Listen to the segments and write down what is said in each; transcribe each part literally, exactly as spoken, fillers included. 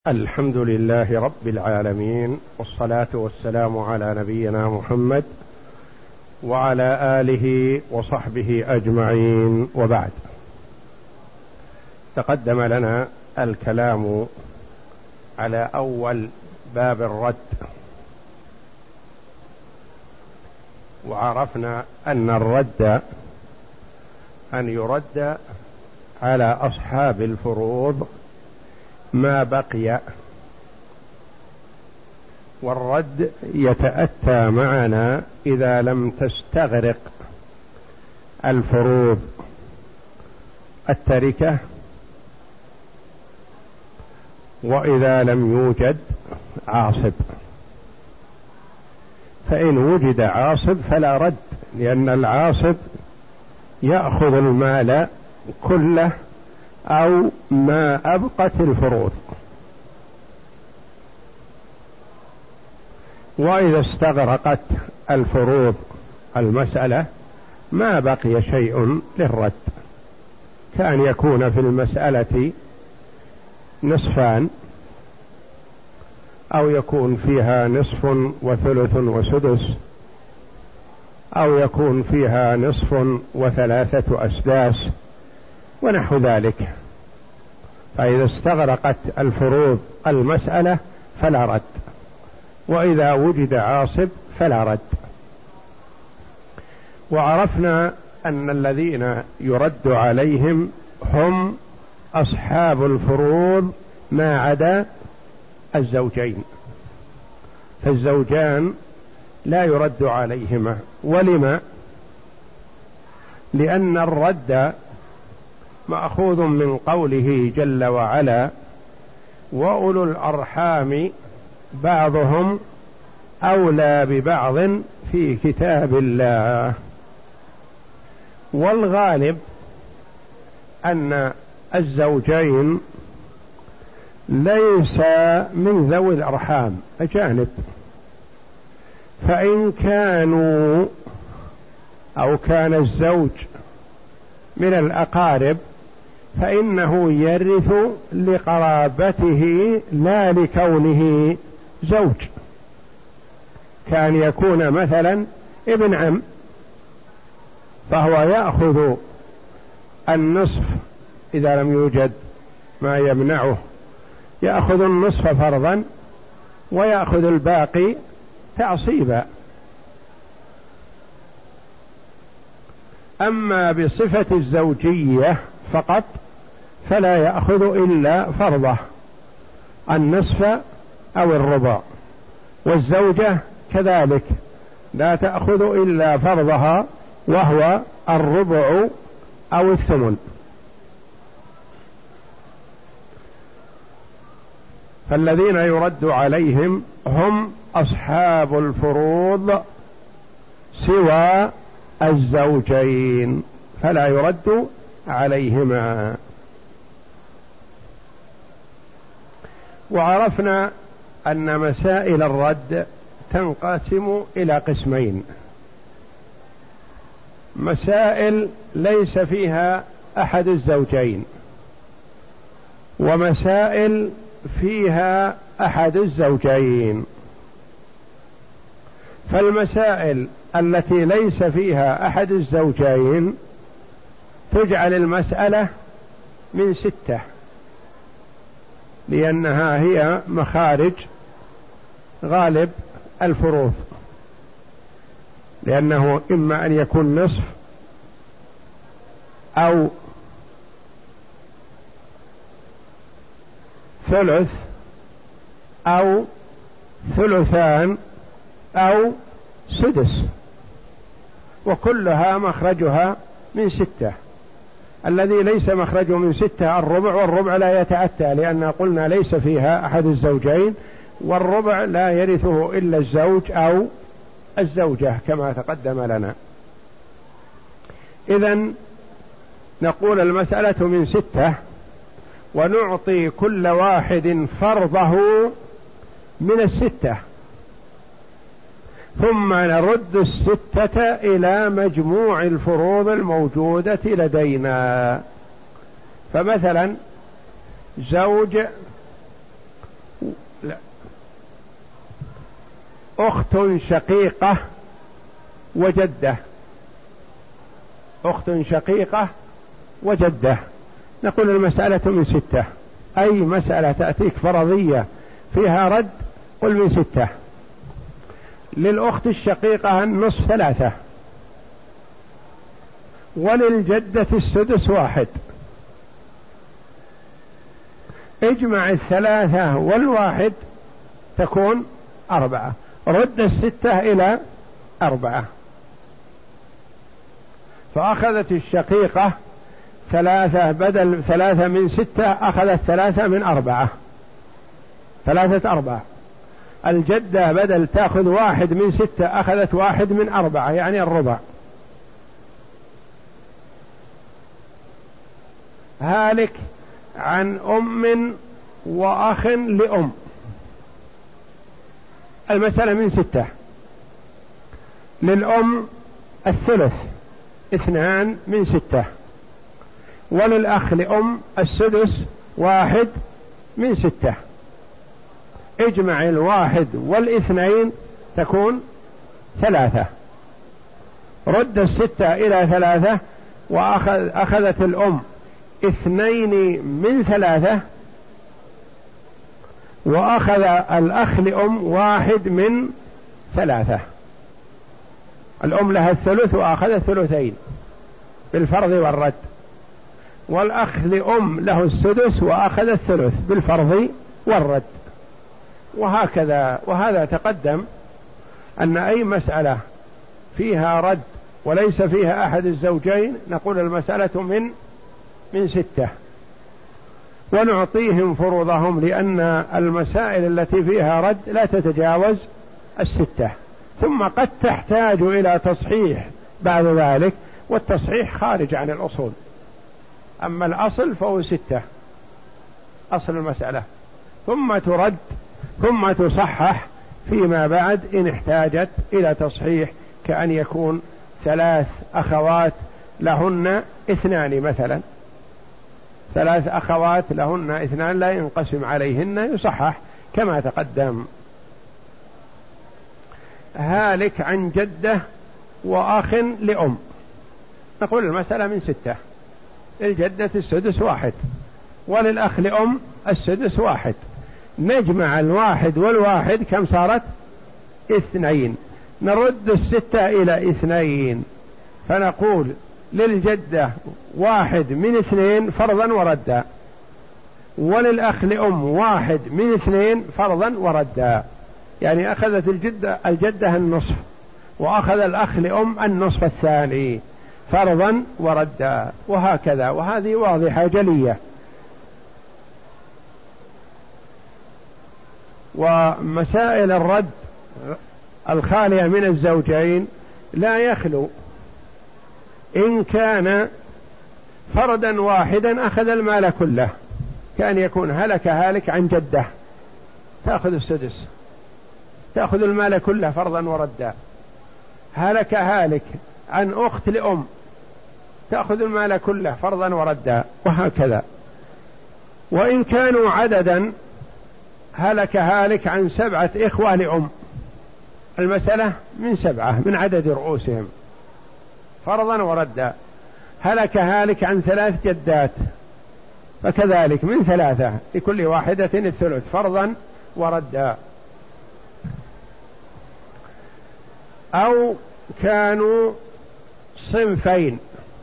الحمد لله رب العالمين، والصلاة والسلام على نبينا محمد وعلى آله وصحبه أجمعين، وبعد. تقدم لنا الكلام على أول باب الرد، وعرفنا أن الرد أن يرد على أصحاب الفروض ما بقي، والرد يتأتى معنا إذا لم تستغرق الفروض التركة، وإذا لم يوجد عاصب. فإن وجد عاصب فلا رد، لأن العاصب يأخذ المال كله أو ما أبقت الفروض. وإذا استغرقت الفروض المسألة ما بقي شيء للرد، كان يكون في المسألة نصفان، أو يكون فيها نصف وثلث وسدس، أو يكون فيها نصف وثلاثة أسداس ونحو ذلك. فإذا استغرقت الفروض المسألة فلا رد، وإذا وجد عاصب فلا رد. وعرفنا أن الذين يرد عليهم هم أصحاب الفروض ما عدا الزوجين، فالزوجان لا يرد عليهما. ولما؟ لأن الرد مأخوذ من قوله جل وعلا: وأولو الأرحام بعضهم أولى ببعض في كتاب الله. والغالب أن الزوجين ليس من ذوي الأرحام، أجانب، فإن كانوا أو كان الزوج من الأقارب فإنه يرث لقرابته لا لكونه زوج. كان يكون مثلا ابن عم، فهو يأخذ النصف إذا لم يوجد ما يمنعه، يأخذ النصف فرضا ويأخذ الباقي تعصيبا. أما بصفة الزوجية فقط فلا يأخذ إلا فرضه، النصف أو الربع، والزوجة كذلك لا تأخذ إلا فرضها وهو الربع أو الثمن. فالذين يرد عليهم هم أصحاب الفروض سوى الزوجين، فلا يرد عليهما. وعرفنا أن مسائل الرد تنقسم إلى قسمين: مسائل ليس فيها أحد الزوجين، ومسائل فيها أحد الزوجين. فالمسائل التي ليس فيها أحد الزوجين تجعل المسألة من ستة، لأنها هي مخارج غالب الفروض، لأنه إما أن يكون نصف أو ثلث أو ثلثان أو سدس، وكلها مخرجها من ستة. الذي ليس مخرجه من ستة الربع، والربع لا يتأتى لأن قلنا ليس فيها أحد الزوجين، والربع لا يرثه إلا الزوج أو الزوجة كما تقدم لنا. إذن نقول المسألة من ستة، ونعطي كل واحد فرضه من الستة، ثم نرد الستة إلى مجموع الفروض الموجودة لدينا. فمثلا زوج لا، أخت شقيقة وجدة، أخت شقيقة وجدة، نقول المسألة من ستة. أي مسألة تأتيك فرضية فيها رد قل من ستة. للأخت الشقيقة النصف ثلاثة، وللجدة السدس واحد. اجمع الثلاثة والواحد تكون أربعة، رد الستة إلى أربعة. فأخذت الشقيقة ثلاثة بدل ثلاثة من ستة، أخذت ثلاثة من أربعة، ثلاثة أربعة. الجدة بدل تأخذ واحد من ستة أخذت واحد من أربعة، يعني الربع. هالك عن أم وأخ لأم، المسألة من ستة. للأم الثلث اثنان من ستة، وللأخ لأم السدس واحد من ستة. اجمع الواحد والاثنين تكون ثلاثة، رد الستة إلى ثلاثة، وأخذ أخذت الأم اثنين من ثلاثة، وأخذ الأخ لأم واحد من ثلاثة. الأم لها الثلث وأخذ الثلثين بالفرض والرد، والأخ لأم له السدس وأخذ الثلث بالفرض والرد، وهكذا. وهذا تقدم أن أي مسألة فيها رد وليس فيها أحد الزوجين نقول المسألة من من ستة، ونعطيهم فروضهم، لأن المسائل التي فيها رد لا تتجاوز الستة، ثم قد تحتاج إلى تصحيح بعد ذلك، والتصحيح خارج عن الأصول. أما الأصل فهو ستة، أصل المسألة، ثم ترد ثم تصحح فيما بعد إن احتاجت إلى تصحيح، كأن يكون ثلاث أخوات لهن اثنان مثلا، ثلاث أخوات لهن اثنان لا ينقسم عليهن، يصحح كما تقدم. هالك عن جدة وأخ لأم، نقول المسألة من ستة. الجدة السدس واحد، وللأخ لأم السدس واحد. نجمع الواحد والواحد كم صارت؟ اثنين، نرد الستة إلى اثنين، فنقول للجدة واحد من اثنين فرضا وردا، وللأخ لأم واحد من اثنين فرضا وردا، يعني أخذت الجدة, الجدة النصف، وأخذ الأخ لأم النصف الثاني فرضا وردا، وهكذا. وهذه واضحة جلية. ومسائل الرد الخالية من الزوجين لا يخلو، إن كان فردا واحدا أخذ المال كله، كان يكون هلك هالك عن جدة تأخذ السدس، تأخذ المال كله فرضا وردا. هلك هالك عن أخت لأم تأخذ المال كله فرضا وردا، وهكذا. وإن كانوا عددا، هلك هالك عن سبعة إخوة لأم، المسألة من سبعة من عدد رؤوسهم فرضا وردا. هلك هالك عن ثلاث جدات، فكذلك من ثلاثة لكل واحدة الثلث فرضا وردا. أو كانوا صنفين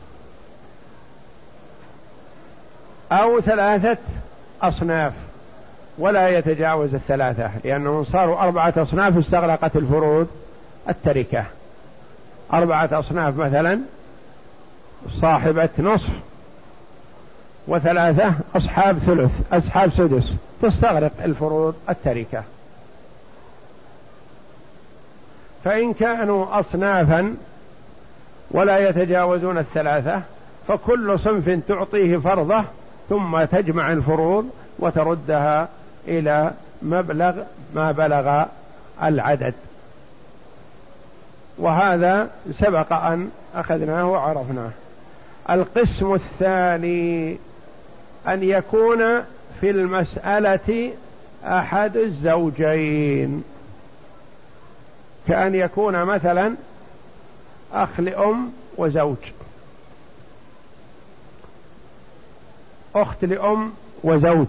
أو ثلاثة أصناف ولا يتجاوز الثلاثة، لأنهم صاروا أربعة أصناف استغرقت الفروض التركة. أربعة أصناف مثلا صاحبة نصف، وثلاثة أصحاب ثلث، أصحاب سدس، تستغرق الفروض التركة. فإن كانوا أصنافا ولا يتجاوزون الثلاثة، فكل صنف تعطيه فرضه، ثم تجمع الفروض وتردها إلى مبلغ ما بلغ العدد. وهذا سبق أن أخذناه وعرفناه. القسم الثاني أن يكون في المسألة أحد الزوجين، كأن يكون مثلا أخ لأم وزوج، أخت لأم وزوج،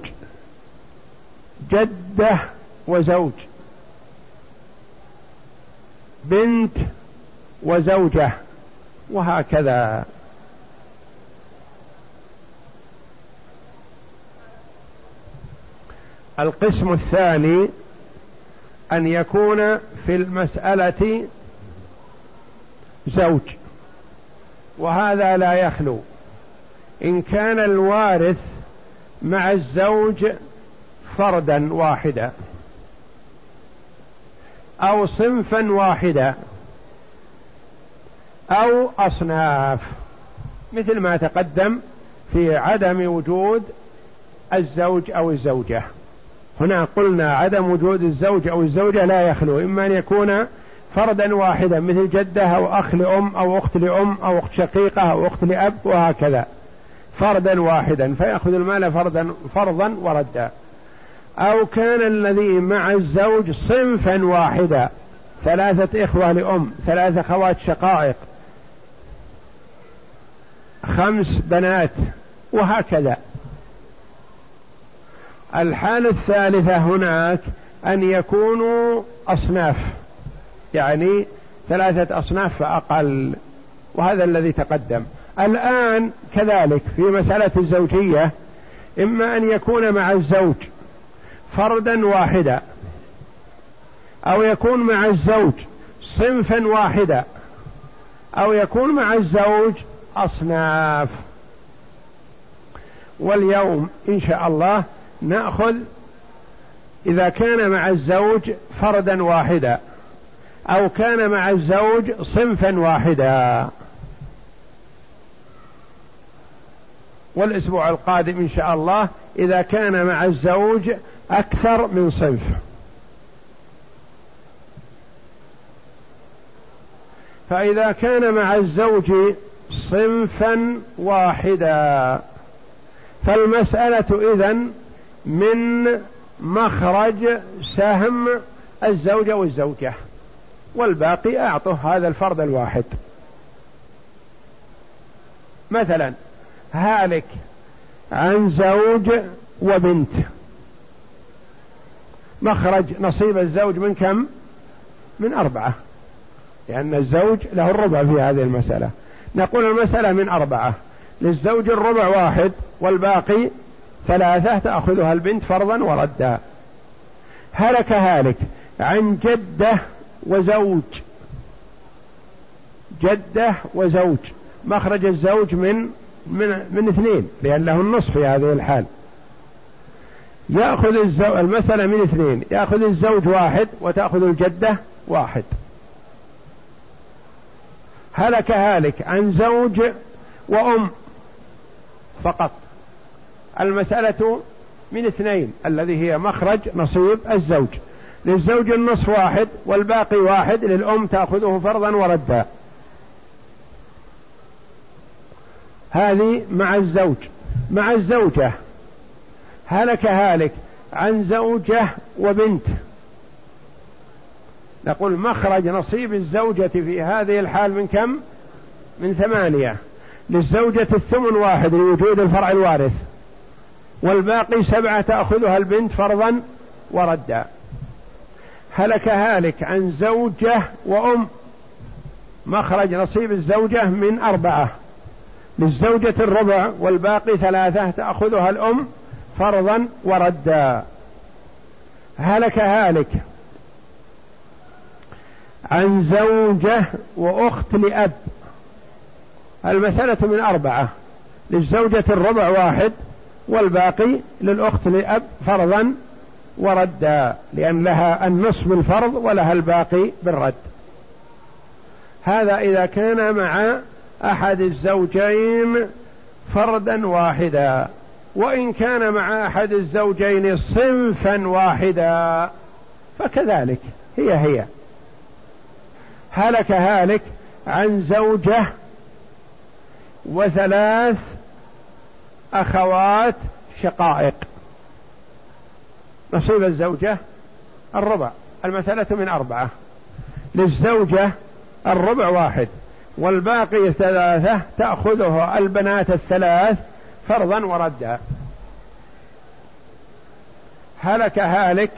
جدة وزوج، بنت وزوجة، وهكذا. القسم الثاني أن يكون في المسألة زوج، وهذا لا يخلو إن كان الوارث مع الزوج فردا واحدا أو صنفا واحدا أو أصناف، مثل ما تقدم في عدم وجود الزوج أو الزوجة. هنا قلنا عدم وجود الزوج أو الزوجة لا يخلو، إما أن يكون فردا واحدا مثل جدة أو أخ لأم أو أخت لأم أو أخت شقيقة أو أخت لأب، وهكذا فردا واحدا فيأخذ المال فردا فرضا وردا، أو كان الذي مع الزوج صنفا واحدا، ثلاثة إخوة لأم، ثلاثة خوات شقائق، خمس بنات، وهكذا. الحالة الثالثة هناك أن يكونوا أصناف، يعني ثلاثة أصناف فأقل، وهذا الذي تقدم. الآن كذلك في مسألة الزوجية إما أن يكون مع الزوج فردا واحدا، أو يكون مع الزوج صنفا واحدا، أو يكون مع الزوج أصناف. واليوم إن شاء الله نأخذ إذا كان مع الزوج فردا واحدا أو كان مع الزوج صنفا واحدا. والأسبوع القادم إن شاء الله إذا كان مع الزوج أكثر من صنف. فإذا كان مع الزوج صنفا واحدا فالمسألة إذن من مخرج سهم الزوجة والزوجة، والباقي أعطه هذا الفرد الواحد. مثلا هالك عن زوج وبنت، مخرج نصيب الزوج من كم؟ من أربعة، لأن الزوج له الربع في هذه المسألة. نقول المسألة من أربعة، للزوج الربع واحد والباقي ثلاثة تأخذها البنت فرضا وردا. هلك هالك عن جدة وزوج، جدة وزوج، مخرج الزوج من من من اثنين، لأن له النصف في هذه الحال. يأخذ الزوج المسألة من اثنين، يأخذ الزوج واحد وتأخذ الجدة واحد. هلك هالك عن زوج وأم فقط، المسألة من اثنين الذي هي مخرج نصيب الزوج، للزوج النصف واحد والباقي واحد، للأم تأخذه فرضا وردا. هذه مع الزوج. مع الزوجة هلك هالك عن زوجة وبنت، نقول مخرج نصيب الزوجة في هذه الحال من كم؟ من ثمانية، للزوجة الثمن واحد لوجود الفرع الوارث، والباقي سبعة تأخذها البنت فرضا وردا. هلك هالك عن زوجة وأم، مخرج نصيب الزوجة من أربعة، للزوجة الربع والباقي ثلاثة تأخذها الأم فرضا وردا. هلك هالك عن زوجة وأخت لأب، المسألة من أربعة، للزوجة الربع واحد والباقي للأخت لأب فرضا وردا، لأن لها النصف بالفرض ولها الباقي بالرد. هذا إذا كان مع أحد الزوجين فردا واحدا. وإن كان مع أحد الزوجين صنفا واحدا فكذلك هي هي. هلك هالك عن زوجة وثلاث أخوات شقائق، نصيب الزوجة الربع، المسألة من أربعة، للزوجة الربع واحد، والباقي ثلاثة تأخذه البنات الثلاث فرضا وردا. هلك هالك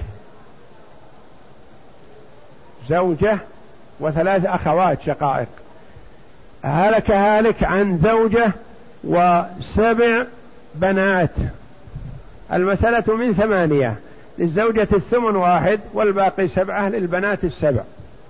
زوجة وثلاث أخوات شقائق، هلك هالك عن زوجة وسبع بنات، المسألة من ثمانية، للزوجة الثمن واحد والباقي سبعة للبنات السبع.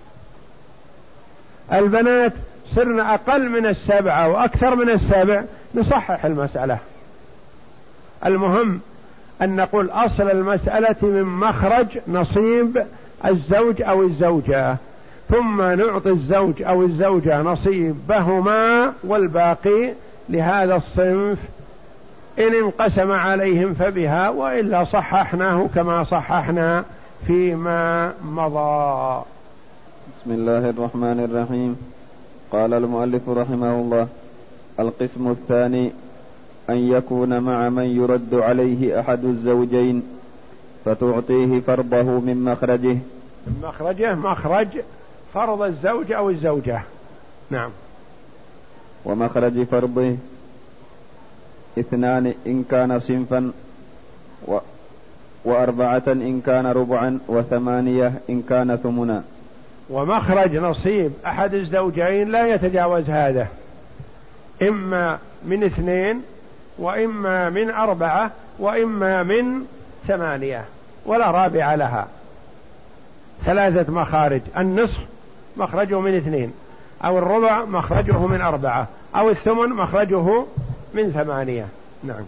البنات صرن أقل من السبعة وأكثر من السبع، نصحح المسألة. المهم أن نقول أصل المسألة من مخرج نصيب الزوج أو الزوجة، ثم نعطي الزوج أو الزوجة نصيبهما والباقي لهذا الصنف، إن انقسم عليهم فبها، وإلا صححناه كما صححنا فيما مضى. بسم الله الرحمن الرحيم. قال المؤلف رحمه الله: القسم الثاني أن يكون مع من يرد عليه أحد الزوجين فتعطيه فرضه من مخرجه. من مخرجه مخرج فرض الزوج أو الزوجة. نعم. ومخرج فرضه اثنان إن كان صنفا، و... وأربعة إن كان ربعا، وثمانية إن كان ثمنا. ومخرج نصيب أحد الزوجين لا يتجاوز هذا، إما من اثنين وإما من أربعة وإما من ثمانية، ولا رابع لها. ثلاثة مخارج: النصف مخرجه من اثنين، أو الربع مخرجه من أربعة، أو الثمن مخرجه من ثمانية. نعم.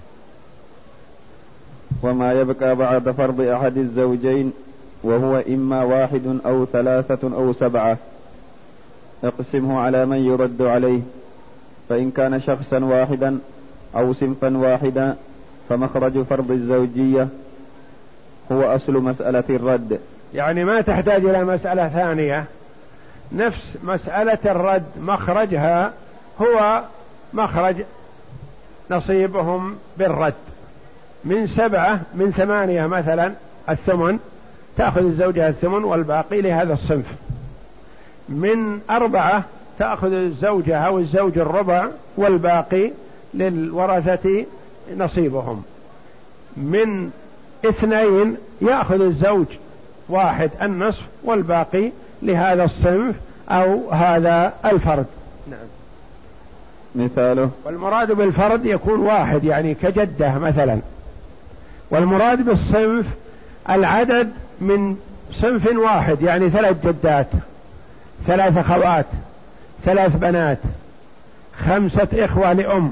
وما يبقى بعد فرض أحد الزوجين وهو إما واحد أو ثلاثة أو سبعة اقسمه على من يرد عليه، فإن كان شخصا واحدا أو صنفا واحدا فمخرج فرض الزوجية هو أصل مسألة الرد. يعني ما تحتاج إلى مسألة ثانية، نفس مسألة الرد مخرجها هو مخرج نصيبهم بالرد. من سبعة من ثمانية مثلا الثمن، تأخذ الزوجة الثمن والباقي لهذا الصنف. من أربعة تأخذ الزوجة أو الزوج الربع والباقي للورثة نصيبهم. من اثنين يأخذ الزوج واحد النصف والباقي لهذا الصنف أو هذا الفرد. نعم. مثاله: والمراد بالفرد يكون واحد، يعني كجدة مثلا. والمراد بالصنف العدد من صنف واحد، يعني ثلاث جدات، ثلاث أخوات، ثلاث بنات، خمسة إخوة لأم،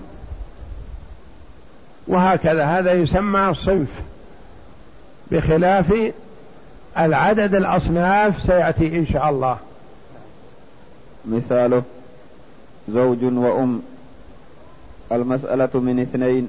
وهكذا. هذا يسمى الصنف، بخلاف العدد الأصناف سيأتي إن شاء الله. مثاله: زوج وأم، المسألة من اثنين.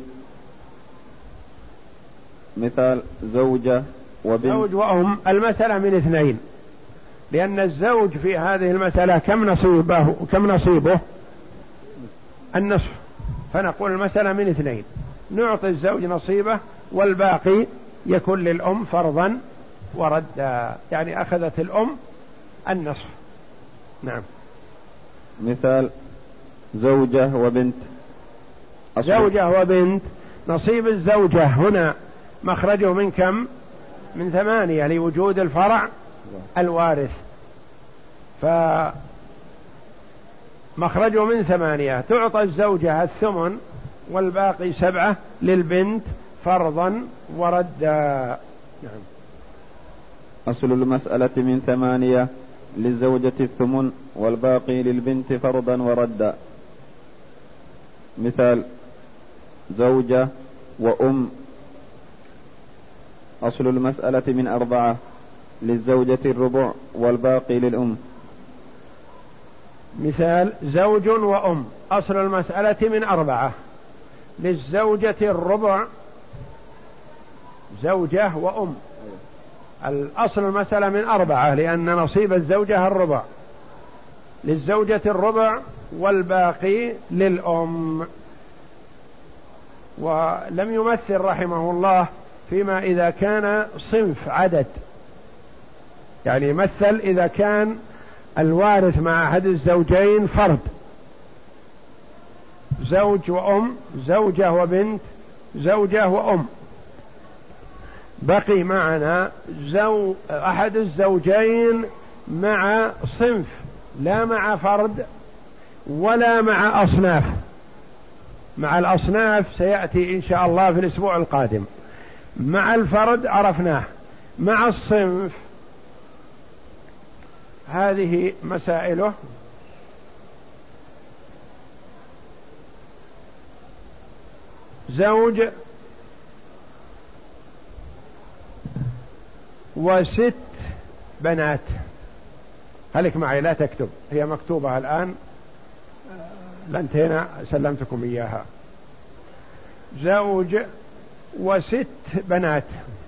مثال: زوجة وبنت. زوج وأم المسألة من اثنين، لأن الزوج في هذه المسألة كم نصيبه كم نصيبه النصف، فنقول المسألة من اثنين، نعطي الزوج نصيبه والباقي يكون للأم فرضا وردا، يعني أخذت الأم النصف. نعم. مثال: زوجة وبنت. زوجة وبنت نصيب الزوجة هنا مخرجه من كم؟ من ثمانية، لوجود الفرع الوارث، فمخرجه من ثمانية. تعطى الزوجة الثمن والباقي سبعة للبنت فرضا وردا. نعم. أصل المسألة من ثمانية، للزوجة الثمن والباقي للبنت فرضا وردا. مثال: زوجة وأم، أصل المسألة من أربعة، للزوجة الربع والباقي للأم. مثال: زوج وأم، أصل المسألة من أربعة، للزوجة الربع، زوجة وأم. الأصل المسألة من أربعة لأن نصيب الزوجة الربع، للزوجة الربع والباقي للأم. ولم يمثل رحمه الله في فيما إذا كان صنف عدد، يعني مثل إذا كان الوارث مع أحد الزوجين فرد، زوج وأم، زوجة وبنت، زوجة وأم، بقي معنا زو أحد الزوجين مع صنف، لا مع فرد ولا مع أصناف. مع الأصناف سيأتي إن شاء الله في الأسبوع القادم، مع الفرد عرفناه، مع الصنف هذه مسائله. زوج وست بنات، هلك معي لا تكتب، هي مكتوبة الآن لانتهينا سلمتكم إياها. زوج وست بنات،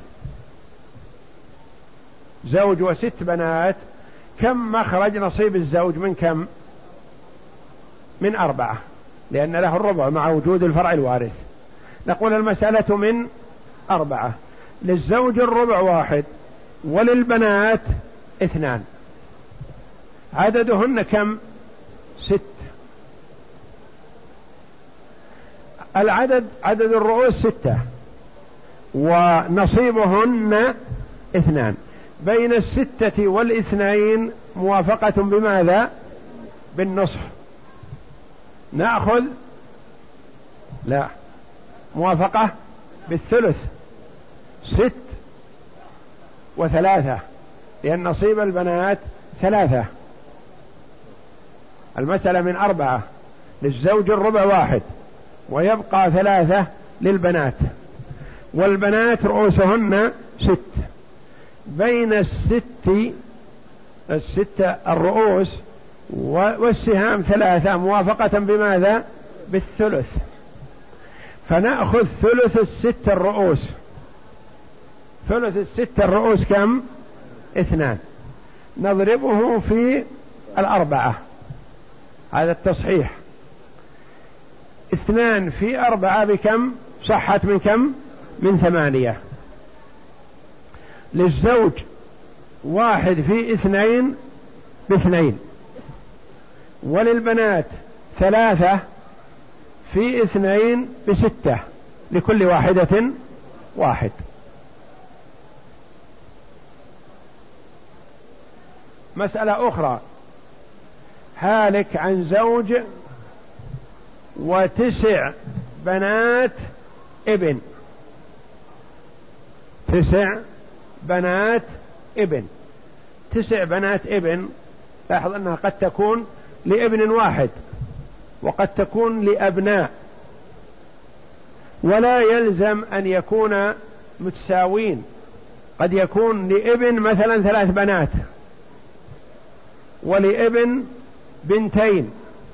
زوج وست بنات، كم مخرج نصيب الزوج من كم؟ من أربعة، لأن له الربع مع وجود الفرع الوارث. نقول المسألة من أربعة، للزوج الربع واحد وللبنات اثنان، عددهن كم؟ ست. العدد عدد الرؤوس ستة ونصيبهن اثنان، بين الستة والاثنين موافقة بماذا؟ بالنصف. نأخذ لا موافقة بالثلث، ست وثلاثة، لأن نصيب البنات ثلاثة. المسألة من أربعة، للزوج الربع واحد ويبقى ثلاثة للبنات، والبنات رؤوسهن ست، بين الست الستة الرؤوس والسهام ثلاثة موافقة بماذا؟ بالثلث. فنأخذ ثلث الست الرؤوس، ثلث الست الرؤوس كم؟ اثنان، نضربه في الأربعة، هذا التصحيح. اثنان في أربعة بكم؟ صحت من كم؟ من ثمانية. للزوج واحد في اثنين باثنين، وللبنات ثلاثة في اثنين بستة، لكل واحدة واحد. مسألة أخرى، هالك عن زوج وتسع بنات ابن، تسع بنات ابن، تسع بنات ابن، لاحظ أنها قد تكون لابن واحد وقد تكون لأبناء، ولا يلزم أن يكون متساوين، قد يكون لابن مثلا ثلاث بنات ولابن بنتين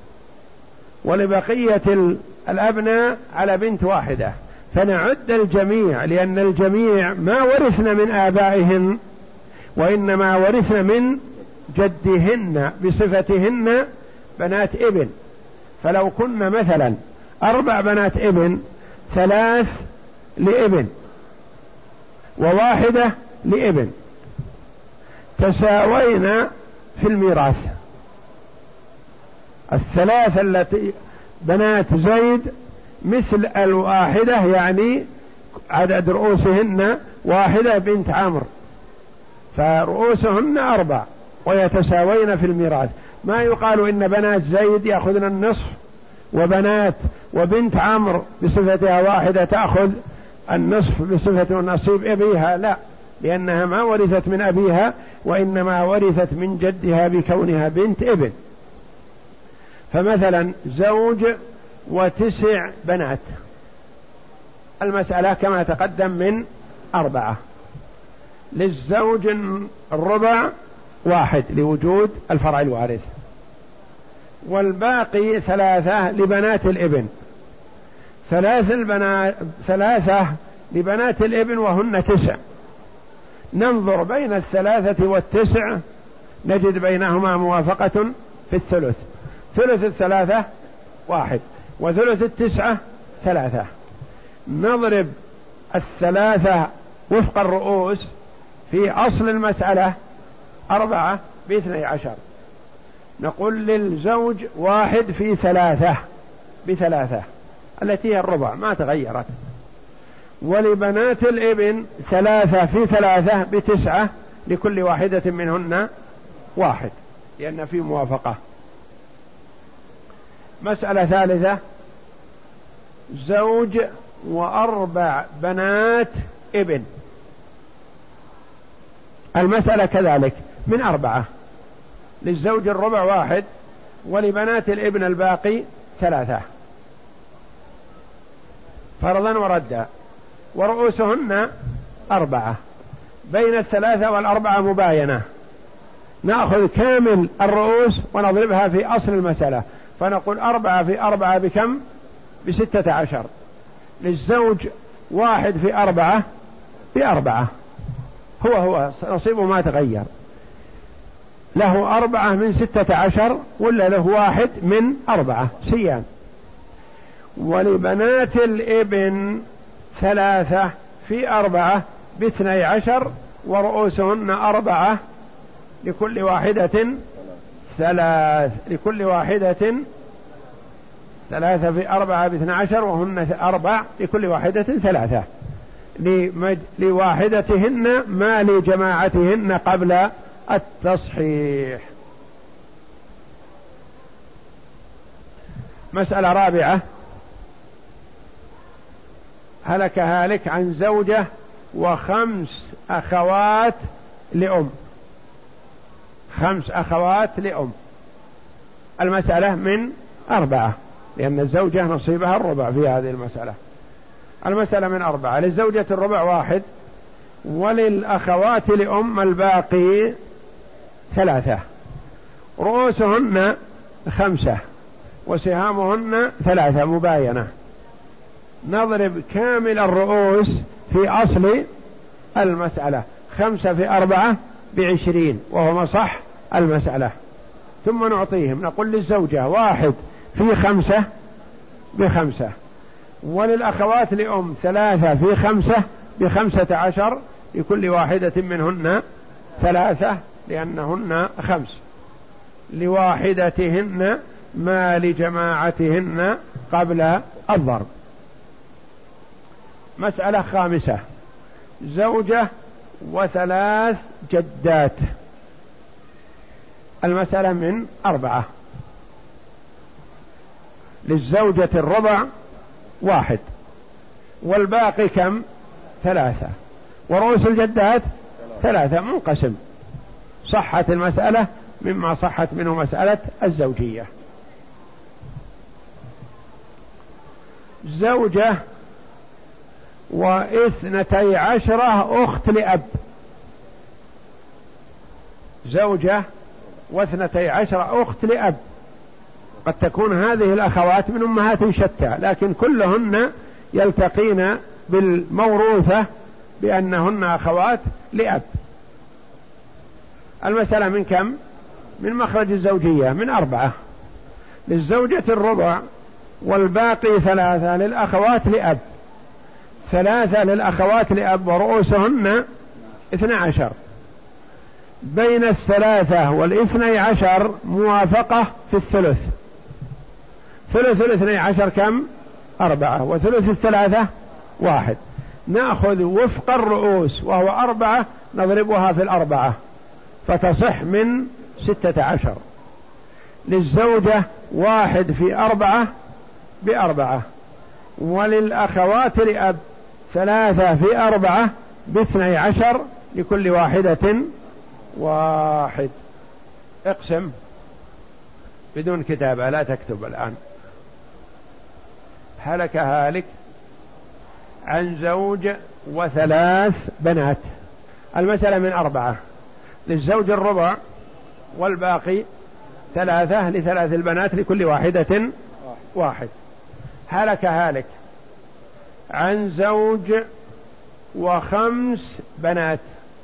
ولبقية الأبناء على بنت واحدة، فنعد الجميع، لأن الجميع ما ورثن من آبائهن وإنما ورثن من جدهن بصفتهن بنات ابن. فلو كنا مثلا أربع بنات ابن، ثلاث لابن وواحدة لابن، تساوينا في الميراث. الثلاث التي بنات زيد مثل الواحدة، يعني عدد رؤوسهن واحدة بنت عمرو، فرؤوسهن أربع ويتساوين في الميراث. ما يقال إن بنات زيد يأخذن النصف وبنات وبنت عمرو بصفتها واحدة تأخذ النصف بصفة نصيب أبيها، لا، لأنها ما ورثت من أبيها وإنما ورثت من جدها بكونها بنت ابن. فمثلا زوج وتسع بنات، المسألة كما تقدم من أربعة، للزوج الربع واحد لوجود الفرع الوارث، والباقي ثلاثة لبنات الابن، ثلاث البنات ثلاثة لبنات الابن وهن تسع. ننظر بين الثلاثة والتسع نجد بينهما موافقة في الثلث، ثلث الثلاثة واحد وثلث التسعة ثلاثة، نضرب الثلاثة وفق الرؤوس في أصل المسألة أربعة باثني عشر، نقول للزوج واحد في ثلاثة بثلاثة التي هي الربع ما تغيرت، ولبنات الابن ثلاثة في ثلاثة بتسعة لكل واحدة منهن واحد لأن في موافقة. مسألة ثالثة، زوج وأربع بنات ابن، المسألة كذلك من أربعة، للزوج الربع واحد ولبنات الابن الباقي ثلاثة فرضا وردا، ورؤوسهن أربعة، بين الثلاثة والأربعة مباينة، نأخذ كامل الرؤوس ونضربها في أصل المسألة، فنقول أربعة في أربعة بكم؟ بستة عشر، للزوج واحد في أربعة بأربعة، هو هو نصيبه ما تغير، له أربعة من ستة عشر ولا له واحد من أربعة سيان. ولبنات الابن ثلاثة في أربعة باثني عشر، ورؤوسهن أربعة لكل واحدة ثلاث، لكل واحدة ثلاثة في أربعة باثني عشر وهن أربع لكل واحدة ثلاثة، لمج... لواحدتهن ما لجماعتهن قبل التصحيح. مسألة رابعة، هلك هالك عن زوجة وخمس أخوات لأم، خمس أخوات لأم، المسألة من أربعة لأن الزوجة نصيبها الربع في هذه المسألة، المسألة من أربعة، للزوجة الربع واحد وللأخوات لأم الباقي ثلاثة، رؤوسهن خمسة وسهامهن ثلاثة مباينة، نضرب كامل الرؤوس في أصل المسألة، خمسة في أربعة بعشرين وهو مصح المسألة، ثم نعطيهم نقول للزوجة واحد في خمسة بخمسة، وللأخوات لأم ثلاثة في خمسة بخمسة عشر لكل واحدة منهن ثلاثة لأنهن خمس، لواحدتهن ما لجماعتهن قبل الضرب. مسألة خامسة، زوجة وثلاث جدات، المسألة من أربعة، للزوجة الربع واحد والباقي كم؟ ثلاثة، ورؤوس الجدات ثلاثة منقسم، صحت المسألة مما صحت منه مسألة الزوجية. زوجة واثنتي عشرة أخت لأب، زوجة واثنتي عشرة أخت لأب، قد تكون هذه الأخوات من أمهات شتى لكن كلهن يلتقين بالموروثة بأنهن أخوات لأب، المسألة من كم؟ من مخرج الزوجية من أربعة، للزوجة الربع والباقي ثلاثة للأخوات لأب، ثلاثة للأخوات لأب ورؤوسهن اثنى عشر، بين الثلاثة والاثني عشر موافقة في الثلث، ثلث الاثني عشر كم؟ أربعة، وثلث الثلاثة واحد، نأخذ وفق الرؤوس وهو أربعة نضربها في الأربعة فتصح من ستة عشر، للزوجة واحد في أربعة بأربعة، وللأخوات لأب ثلاثة في أربعة باثني عشر لكل واحدة واحد. اقسم بدون كتابة لا تكتب الآن. هلك هالك عن زوج وثلاث بنات، المسألة من أربعة، للزوج الربع والباقي ثلاثة لثلاث البنات لكل واحدة واحد. هلك هالك عن زوج وخمس بنات،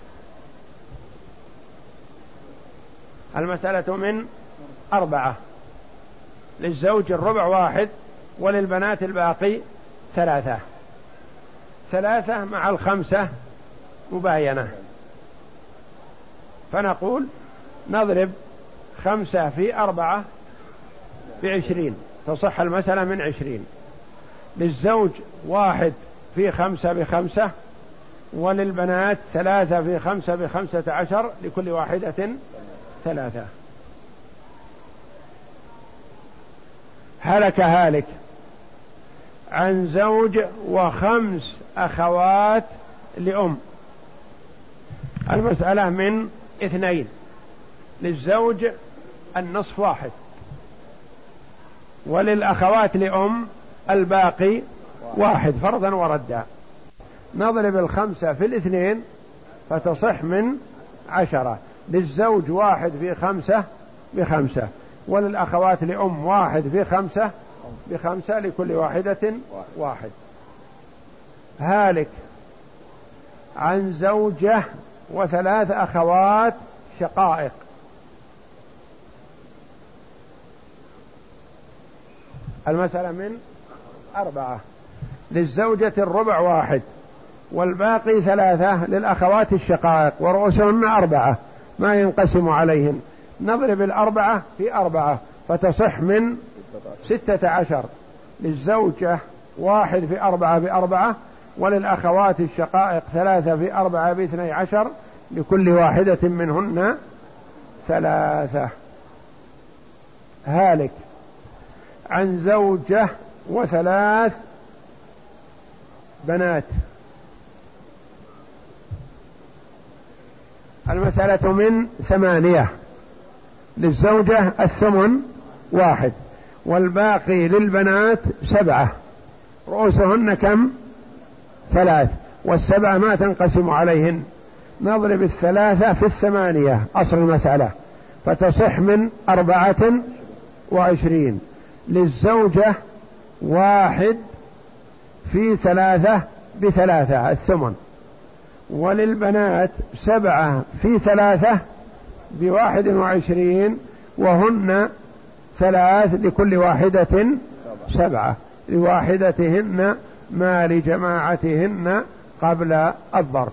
المسألة من أربعة، للزوج الربع واحد وللبنات الباقي ثلاثة، ثلاثة مع الخمسة مباينة، فنقول نضرب خمسة في أربعة بعشرين، تصح المسألة من عشرين. للزوج واحد في خمسة بخمسة، وللبنات ثلاثة في خمسة بخمسة عشر، لكل واحدة ثلاثة. هلك هالك عن زوج وخمس أخوات لأم. المسألة من اثنين، للزوج النصف واحد، وللأخوات لأم الباقي واحد فرضا وردا. نضرب الخمسة في الاثنين فتصح من عشرة. للزوج واحد في خمسة بخمسة، وللأخوات لأم واحد في خمسة بخمسة، لكل واحدة واحد. هالك عن زوجة وثلاث أخوات شقائق. المسألة من أربعة، للزوجة الربع واحد، والباقي ثلاثة للأخوات الشقائق، ورؤوسهن أربعة ما ينقسم عليهن. نضرب الأربعة في أربعة فتصح من ستة عشر. للزوجة واحد في أربعة بأربعة، وللأخوات الشقائق ثلاثة في أربعة باثني عشر، لكل واحدة منهن ثلاثة. هالك عن زوجة وثلاث بنات. المسألة من ثمانية، للزوجة الثمن واحد، والباقي للبنات سبعة، رؤوسهن كم؟ ثلاث، والسبعة ما تنقسم عليهن. نضرب الثلاثة في الثمانية أصل المسألة فتصح من أربعة وعشرين. للزوجة واحد في ثلاثة بثلاثة الثمن، وللبنات سبعة في ثلاثة بواحد وعشرين، وهن ثلاث، لكل واحدة سبعة، لواحدتهن ما لجماعتهن قبل الضرب.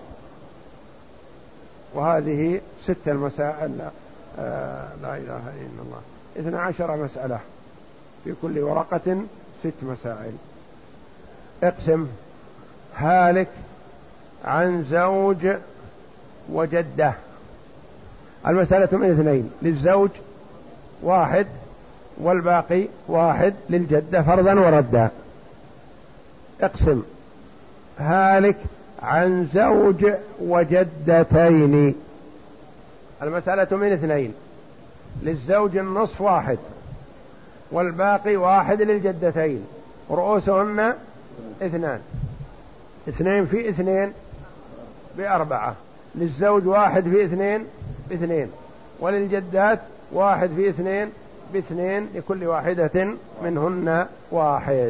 وهذه ست المسائل، آه لا إله إلا الله، اثنى عشر مسألة، في كل ورقة ست مسائل. اقسم. هالك عن زوج وجدة. المسألة من اثنين، للزوج واحد، والباقي واحد للجدة فرضا وردا. اقسم. هالك عن زوج وجدتين. المسألة من اثنين، للزوج النصف واحد، والباقي واحد للجدتين، رؤوسهن اثنان، اثنين في اثنين بأربعة. للزوج واحد في اثنين باثنين، وللجدات واحد في اثنين باثنين، لكل واحدة منهن واحد.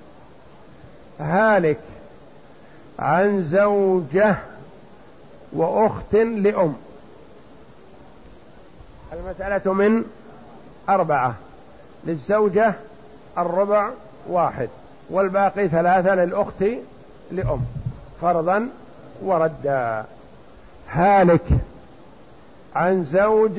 هالك عن زوجة وأخت لأم. المسألة من أربعة، للزوجة الربع واحد، والباقي ثلاثة للأخت لأم فرضا وردا. هالك عن زوج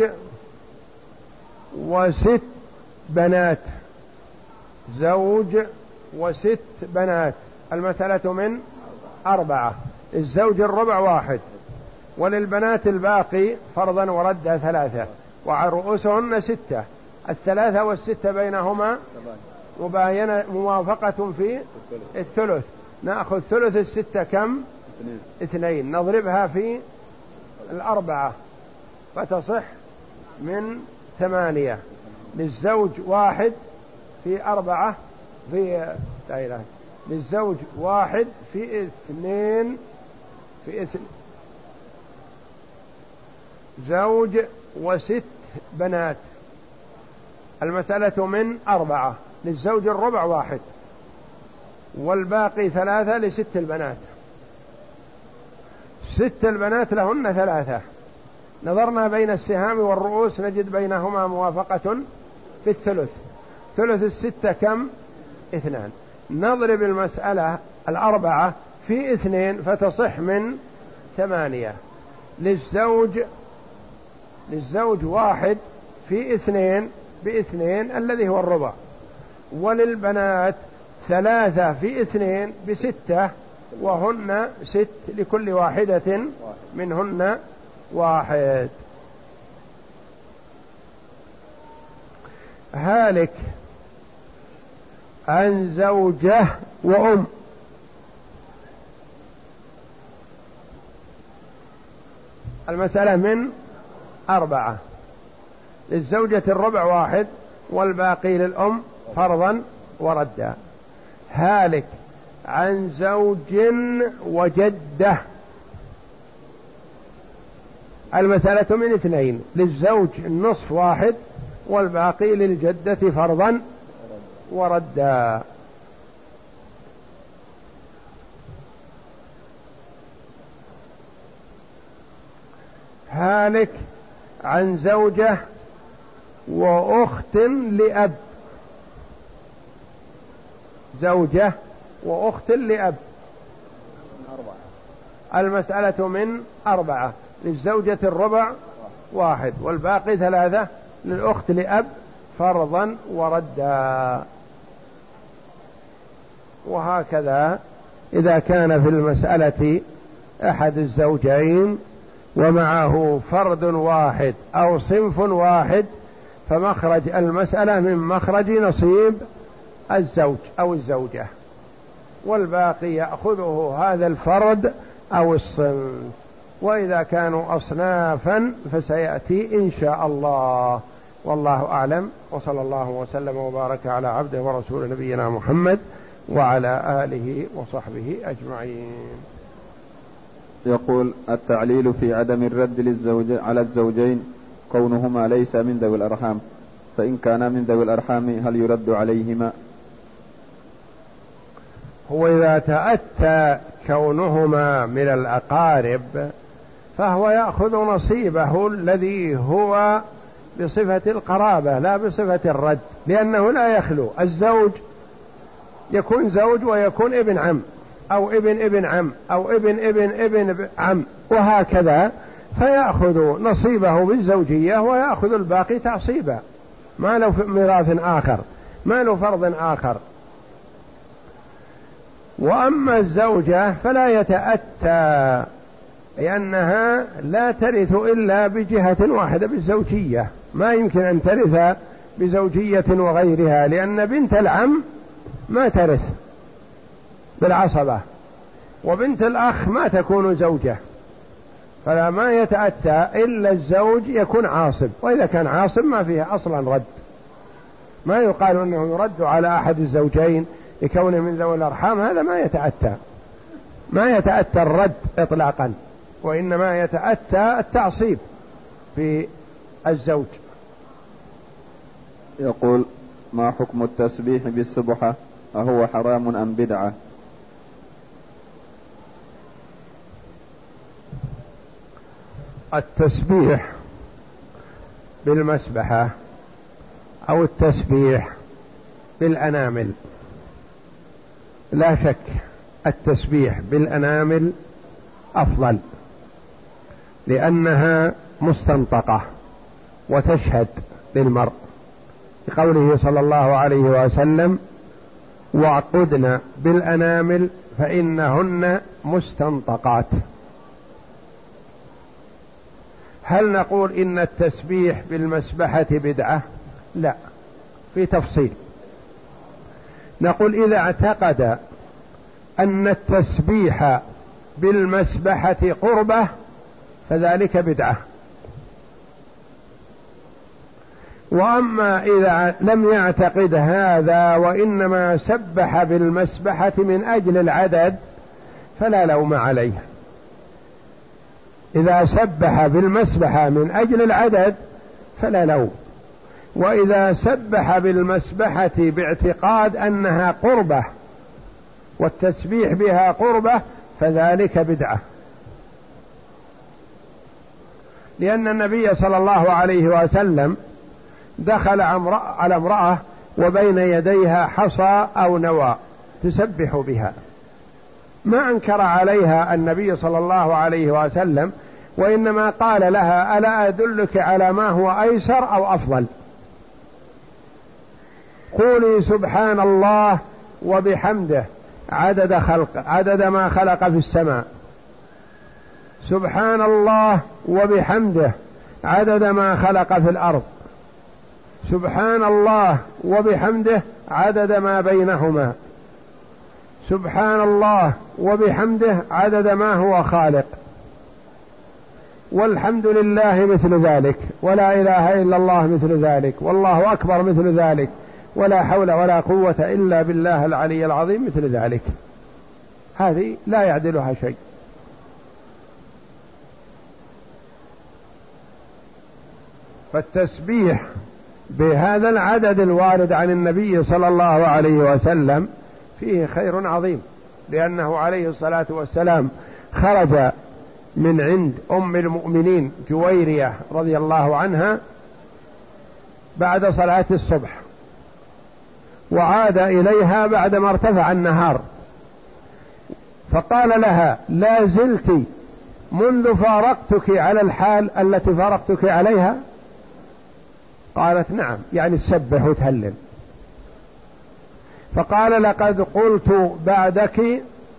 وست بنات. زوج وست بنات. المسألة من أربعة، الزوج الربع واحد، وللبنات الباقي فرضا وردا ثلاثة، ورؤوسهن ستة. الثلاثة والستة بينهما مباينة موافقة في الثلث. نأخذ ثلث الستة كم؟ اثنين، نضربها في الأربعة فتصح من ثمانية. للزوج واحد في أربعة في لا إله، للزوج واحد في اثنين في اثنين، زوج وست بنات. المسألة من أربعة، للزوج الربع واحد، والباقي ثلاثة لست البنات. ست البنات لهن ثلاثة. نظرنا بين السهام والرؤوس نجد بينهما موافقة في الثلث. ثلث الستة كم؟ اثنان. نضرب المسألة الأربعة في اثنين فتصح من ثمانية. للزوج للزوج واحد في اثنين باثنين الذي هو الربع. وللبنات ثلاثة في اثنين بستة وهن ست، لكل واحدة منهن واحد. هالك عن زوجة وأم. المسألة من أربعة. للزوجة الربع واحد والباقي للأم فرضا وردا. هالك عن زوج وجدة. المسألة من اثنين. للزوج النصف واحد والباقي للجدة فرضا وردا. هالك عن زوجة وأخت لأب. زوجة وأخت لأب. المسألة من أربعة. للزوجة الربع واحد والباقي ثلاثة للأخت لأب فرضا وردا. وهكذا إذا كان في المسألة أحد الزوجين ومعه فرد واحد أو صنف واحد فمخرج المسألة من مخرج نصيب الزوج أو الزوجة، والباقي يأخذه هذا الفرد أو الصنف. وإذا كانوا أصنافا فسيأتي إن شاء الله. والله أعلم، وصلى الله وسلم وبارك على عبده ورسول نبينا محمد وعلى آله وصحبه أجمعين. يقول: التعليل في عدم الرد للزوج على الزوجين كونهما ليس من ذوي الأرحام، فإن كان من ذوي الأرحام هل يرد عليهما؟ هو إذا تأتى كونهما من الأقارب فهو يأخذ نصيبه الذي هو بصفة القرابة لا بصفة الرد، لأنه لا يخلو. الزوج يكون زوج ويكون ابن عم أو ابن ابن عم أو ابن ابن ابن عم وهكذا، فيأخذ نصيبه بالزوجية ويأخذ الباقي تعصيبا، ما له ميراث آخر، ما له فرض آخر. وأما الزوجة فلا يتأتى، لأنها لا ترث إلا بجهة واحدة بالزوجية، ما يمكن أن ترث بزوجية وغيرها، لأن بنت العم ما ترث بالعصبة، وبنت الأخ ما تكون زوجة، فلا ما يتأتى إلا الزوج يكون عاصب، وإذا كان عاصب ما فيها أصلا رد، ما يقال أنه يرد على أحد الزوجين لكونه من ذوي الأرحام، هذا ما يتأتى، ما يتأتى الرد إطلاقا، وإنما يتأتى التعصيب في الزوج. يقول: ما حكم التسبيح بالسبحة؟ أهو حرام أم بدعة؟ التسبيح بالمسبحة أو التسبيح بالأنامل، لا شك التسبيح بالأنامل أفضل، لأنها مستنطقة وتشهد للمرء، لقوله صلى الله عليه وسلم: واعقدن بالأنامل فإنهن مستنطقات. هل نقول إن التسبيح بالمسبحة بدعة؟ لا، في تفصيل. نقول إذا اعتقد أن التسبيح بالمسبحة قربة فذلك بدعة، وأما إذا لم يعتقد هذا وإنما سبح بالمسبحة من أجل العدد فلا لوم عليه. إذا سبح بالمسبحة من أجل العدد فلا لوم، وإذا سبح بالمسبحة باعتقاد أنها قربة والتسبيح بها قربة فذلك بدعة، لأن النبي صلى الله عليه وسلم دخل على امرأة وبين يديها حصى أو نوى تسبح بها، ما أنكر عليها النبي صلى الله عليه وسلم، وإنما قال لها: ألا أدلك على ما هو أيسر أو أفضل؟ قولي سبحان الله وبحمده عدد خلق عدد ما خلق في السماء، سبحان الله وبحمده عدد ما خلق في الأرض، سبحان الله وبحمده عدد ما بينهما، سبحان الله وبحمده عدد ما هو خالق، والحمد لله مثل ذلك، ولا إله إلا الله مثل ذلك، والله أكبر مثل ذلك، ولا حول ولا قوة إلا بالله العلي العظيم مثل ذلك. هذه لا يعدلها شيء. فالتسبيح بهذا العدد الوارد عن النبي صلى الله عليه وسلم فيه خير عظيم، لأنه عليه الصلاة والسلام خرج من عند أم المؤمنين جويرية رضي الله عنها بعد صلاة الصبح، وعاد إليها بعدما ارتفع النهار، فقال لها: لا زلت منذ فارقتك على الحال التي فارقتك عليها؟ قالت: نعم، يعني تسبح وتهلل. فقال: لقد قلت بعدك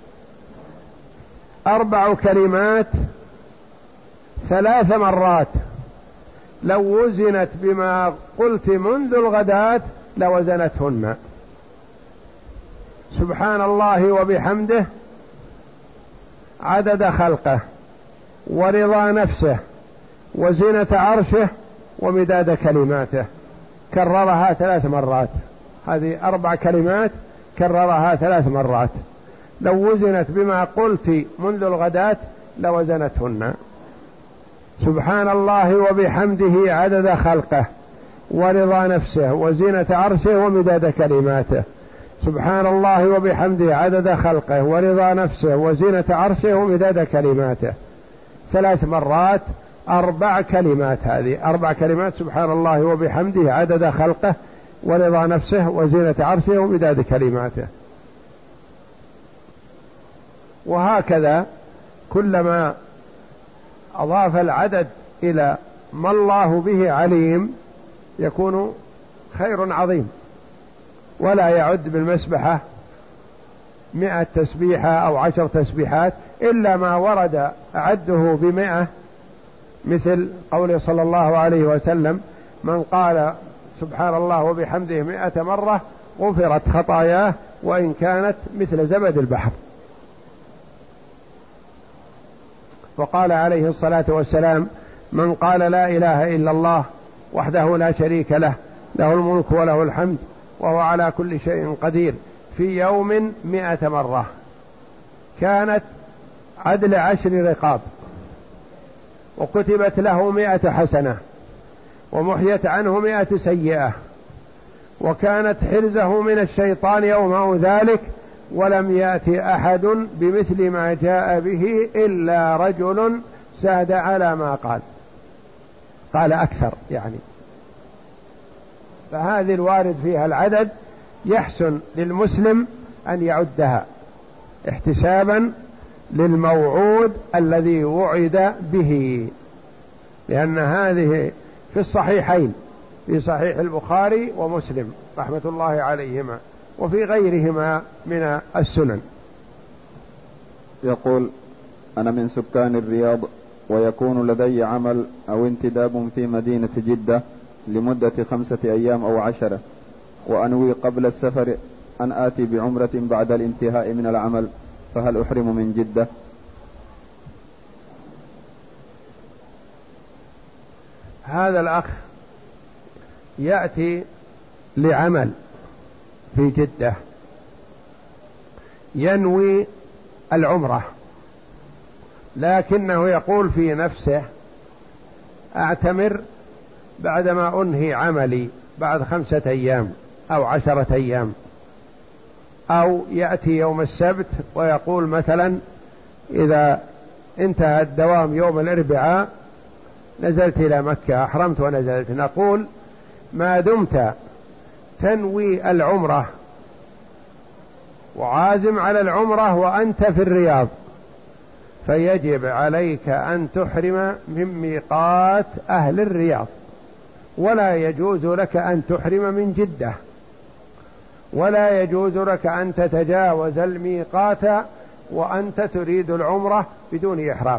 أربع كلمات ثلاث مرات، لو وزنت بما قلت منذ الغداة لوزنتهن: سبحان الله وبحمده عدد خلقه، ورضا نفسه، وزنة عرشه، ومداد كلماته. كررها ثلاث مرات، هذه أربع كلمات كررها ثلاث مرات، لو وزنت بما قلت منذ الغداة لوزنتهن: سبحان الله وبحمده عدد خلقه، ورضا نفسه، وزنة عرشه، ومداد كلماته. سبحان الله وبحمده عدد خلقه، ورضا نفسه، وزنة عرشه، ومداد كلماته. ثلاث مرات، أربع كلمات. هذه أربع كلمات: سبحان الله وبحمده عدد خلقه، ورضا نفسه، وزنة عرشه، ومداد كلماته. وهكذا كلما أضاف العدد إلى ما الله به عليم يكون خير عظيم. ولا يعد بالمسبحة مئة تسبيحة أو عشر تسبيحات إلا ما ورد عده بمئة، مثل قوله صلى الله عليه وسلم: من قال سبحان الله وبحمده مئة مرة غفرت خطاياه وإن كانت مثل زبد البحر. وقال عليه الصلاة والسلام: من قال لا إله إلا الله وحده لا شريك له، له الملك وله الحمد وهو على كل شيء قدير، في يوم مئة مرة، كانت عدل عشر رقاب، وكتبت له مئة حسنة، ومحيت عنه مئة سيئة، وكانت حرزه من الشيطان يومه ذلك، ولم يأتي أحد بمثل ما جاء به إلا رجل ساد على ما قال قال أكثر يعني. فهذه الوارد فيها العدد يحسن للمسلم أن يعدها احتسابا للموعود الذي وعد به، لأن هذه في الصحيحين، في صحيح البخاري ومسلم رحمة الله عليهما، وفي غيرهما من السنن. يقول: أنا من سكان الرياض، ويكون لدي عمل أو انتداب في مدينة جدة لمدة خمسة أيام أو عشرة، وأنوي قبل السفر أن آتي بعمرة بعد الانتهاء من العمل، فهل أحرم من جدة؟ هذا الأخ يأتي لعمل في جدة، ينوي العمرة، لكنه يقول في نفسه: أعتمر بعدما أنهي عملي بعد خمسة أيام أو عشرة أيام. أو يأتي يوم السبت ويقول مثلا: إذا انتهى الدوام يوم الأربعاء نزلت إلى مكة، أحرمت ونزلت. نقول: ما دمت تنوي العمرة وعازم على العمرة وأنت في الرياض، فيجب عليك أن تحرم من ميقات أهل الرياض، ولا يجوز لك أن تحرم من جدة، ولا يجوز لك أن تتجاوز الميقات وأنت تريد العمرة بدون إحرام.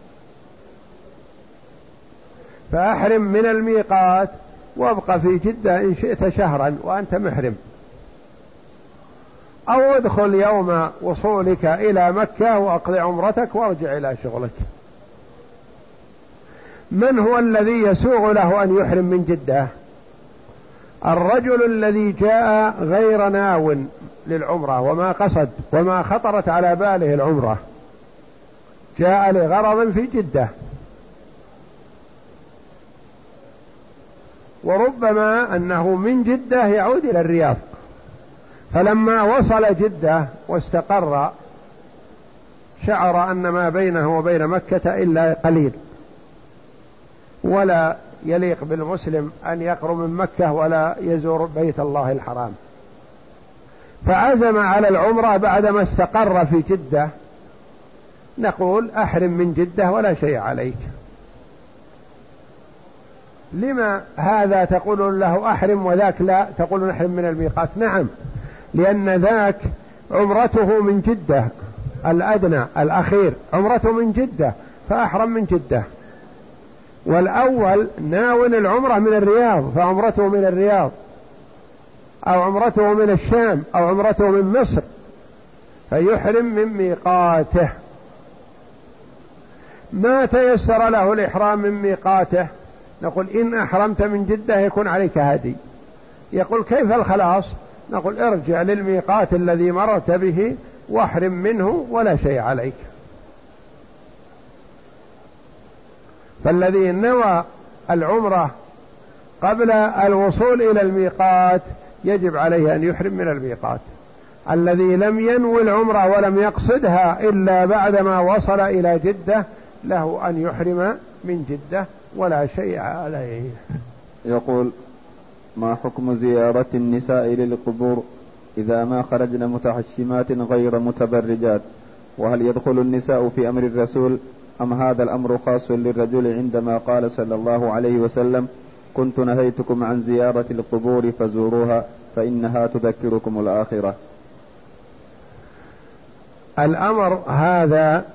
فأحرم من الميقات وابقى في جدة إن شئت شهرا وأنت محرم، أو ادخل يوم وصولك إلى مكة وأقضي عمرتك وارجع إلى شغلك. من هو الذي يسوغ له أن يحرم من جدة؟ الرجل الذي جاء غير ناو للعمرة وما قصد وما خطرت على باله العمرة، جاء لغرض في جدة، وربما أنه من جدة يعود إلى الرياض، فلما وصل جدة واستقر شعر أن ما بينه وبين مكة إلا قليل، ولا يليق بالمسلم أن يقرب من مكة ولا يزور بيت الله الحرام، فعزم على العمرة بعدما استقر في جدة، نقول أحرم من جدة ولا شيء عليك. لما هذا تقول له أحرم وذاك لا تقول نحرم من الميقات؟ نعم، لأن ذاك عمرته من جدة، الأدنى الأخير عمرته من جدة فأحرم من جدة، والأول ناون العمرة من الرياض فعمرته من الرياض، أو عمرته من الشام، أو عمرته من مصر، فيحرم من ميقاته. ما تيسر له الإحرام من ميقاته، نقول إن أحرمت من جدة يكون عليك هدي. يقول كيف الخلاص؟ نقول ارجع للميقات الذي مرت به واحرم منه ولا شيء عليك. فالذي نوى العمرة قبل الوصول إلى الميقات يجب عليه أن يحرم من الميقات. الذي لم ينوي العمرة ولم يقصدها إلا بعدما وصل إلى جدة له أن يحرم من جدة ولا شيء عليه. يقول: ما حكم زيارة النساء للقبور إذا ما خرجن متحشمات غير متبرجات؟ وهل يدخل النساء في أمر الرسول أم هذا الأمر خاص للرجل عندما قال صلى الله عليه وسلم: كنت نهيتكم عن زيارة القبور فزوروها فإنها تذكركم الآخرة؟ الأمر هذا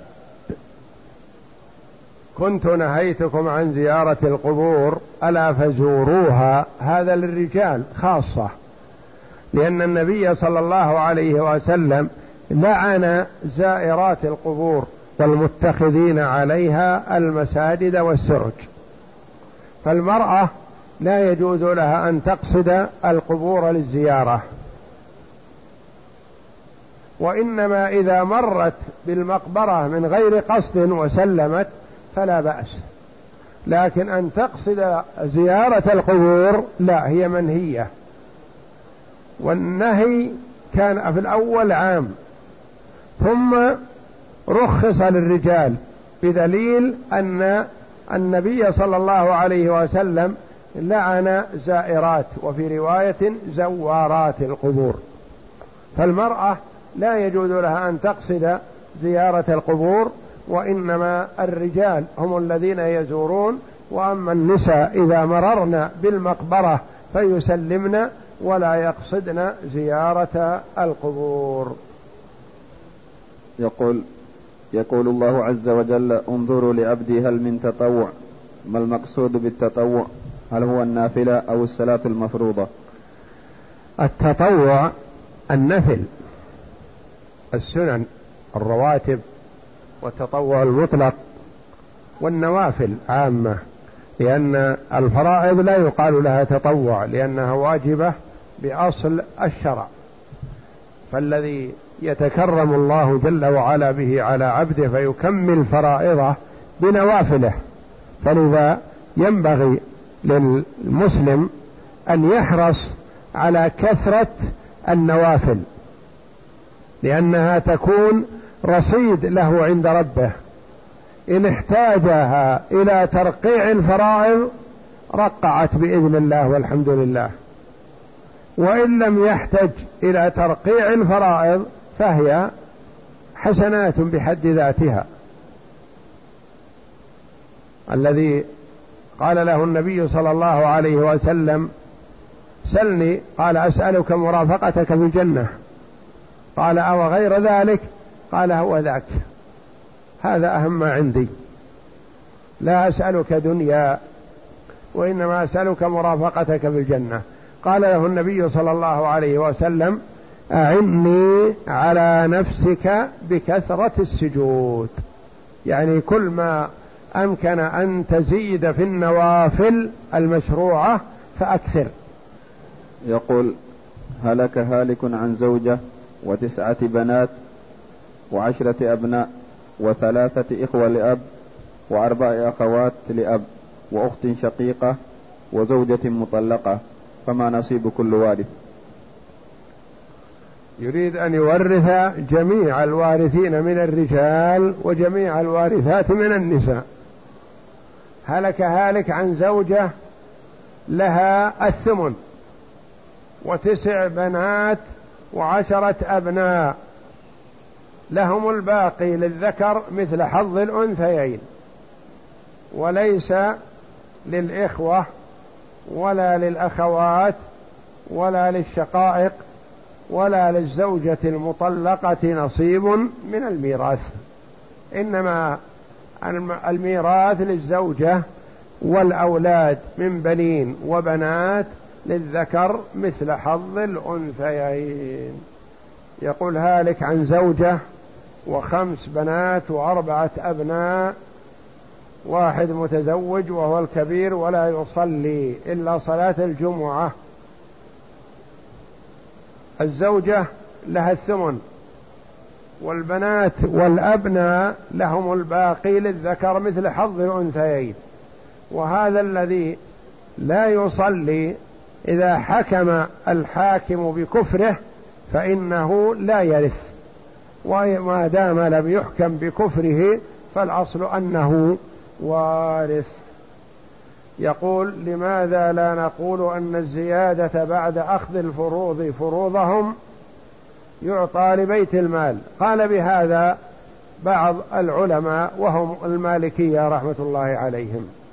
كنت نهيتكم عن زيارة القبور ألا فزوروها، هذا للرجال خاصة، لأن النبي صلى الله عليه وسلم لعن زائرات القبور والمتخذين عليها المساجد والسرج، فالمرأة لا يجوز لها أن تقصد القبور للزيارة، وإنما إذا مرت بالمقبرة من غير قصد وسلمت فلا بأس، لكن أن تقصد زيارة القبور لا، هي منهية. والنهي كان في الأول عام ثم رخص للرجال بدليل أن النبي صلى الله عليه وسلم لعن زائرات، وفي رواية زوارات القبور، فالمرأة لا يجوز لها أن تقصد زيارة القبور، وإنما الرجال هم الذين يزورون، وأما النساء إذا مررن بالمقبرة فيسلمن ولا يقصدن زيارة القبور. يقول يقول الله عز وجل: انظروا لعبدي هل من تطوع. ما المقصود بالتطوع؟ هل هو النافلة أو الصلاة المفروضة؟ التطوع النفل، السنن الرواتب، والتطوع المطلق، والنوافل عامة، لأن الفرائض لا يقال لها تطوع لأنها واجبة بأصل الشرع. فالذي يتكرم الله جل وعلا به على عبده فيكمل فرائضه بنوافله، فلذا ينبغي للمسلم أن يحرص على كثرة النوافل، لأنها تكون رصيد له عند ربه، إن احتاجها إلى ترقيع الفرائض رقعت بإذن الله والحمد لله، وإن لم يحتج إلى ترقيع الفرائض فهي حسنات بحد ذاتها. الذي قال له النبي صلى الله عليه وسلم سلني، قال أسألك مرافقتك في الجنة، قال أو غير ذلك، قال هو ذاك، هذا أهم ما عندي، لا أسألك دنيا وإنما أسألك مرافقتك في الجنة. قال له النبي صلى الله عليه وسلم أعني على نفسك بكثرة السجود، يعني كل ما أمكن أن تزيد في النوافل المشروعة فأكثر. يقول هلك هالك عن زوجة وتسعة بنات وعشرة أبناء وثلاثة إخوة لأب وأربع أخوات لأب وأخت شقيقة وزوجة مطلقة، فما نصيب كل وارث؟ يريد أن يورث جميع الوارثين من الرجال وجميع الوارثات من النساء. هلك هالك عن زوجة لها الثمن وتسع بنات وعشرة أبناء، لهم الباقي للذكر مثل حظ الأنثيين، وليس للإخوة ولا للأخوات ولا للشقائق ولا للزوجة المطلقة نصيب من الميراث، إنما الميراث للزوجة والأولاد من بنين وبنات للذكر مثل حظ الأنثيين. يقول هالك عن زوجة وخمس بنات وأربعة أبناء، واحد متزوج وهو الكبير ولا يصلي إلا صلاة الجمعة. الزوجة لها الثمن والبنات والأبناء لهم الباقي للذكر مثل حظ الأنثيين. وهذا الذي لا يصلي إذا حكم الحاكم بكفره فإنه لا يرث، وما دام لم يحكم بكفره فالأصل أنه وارث. يقول لماذا لا نقول أن الزيادة بعد أخذ الفروض فروضهم يعطى لبيت المال؟ قال بهذا بعض العلماء وهم المالكية رحمة الله عليهم،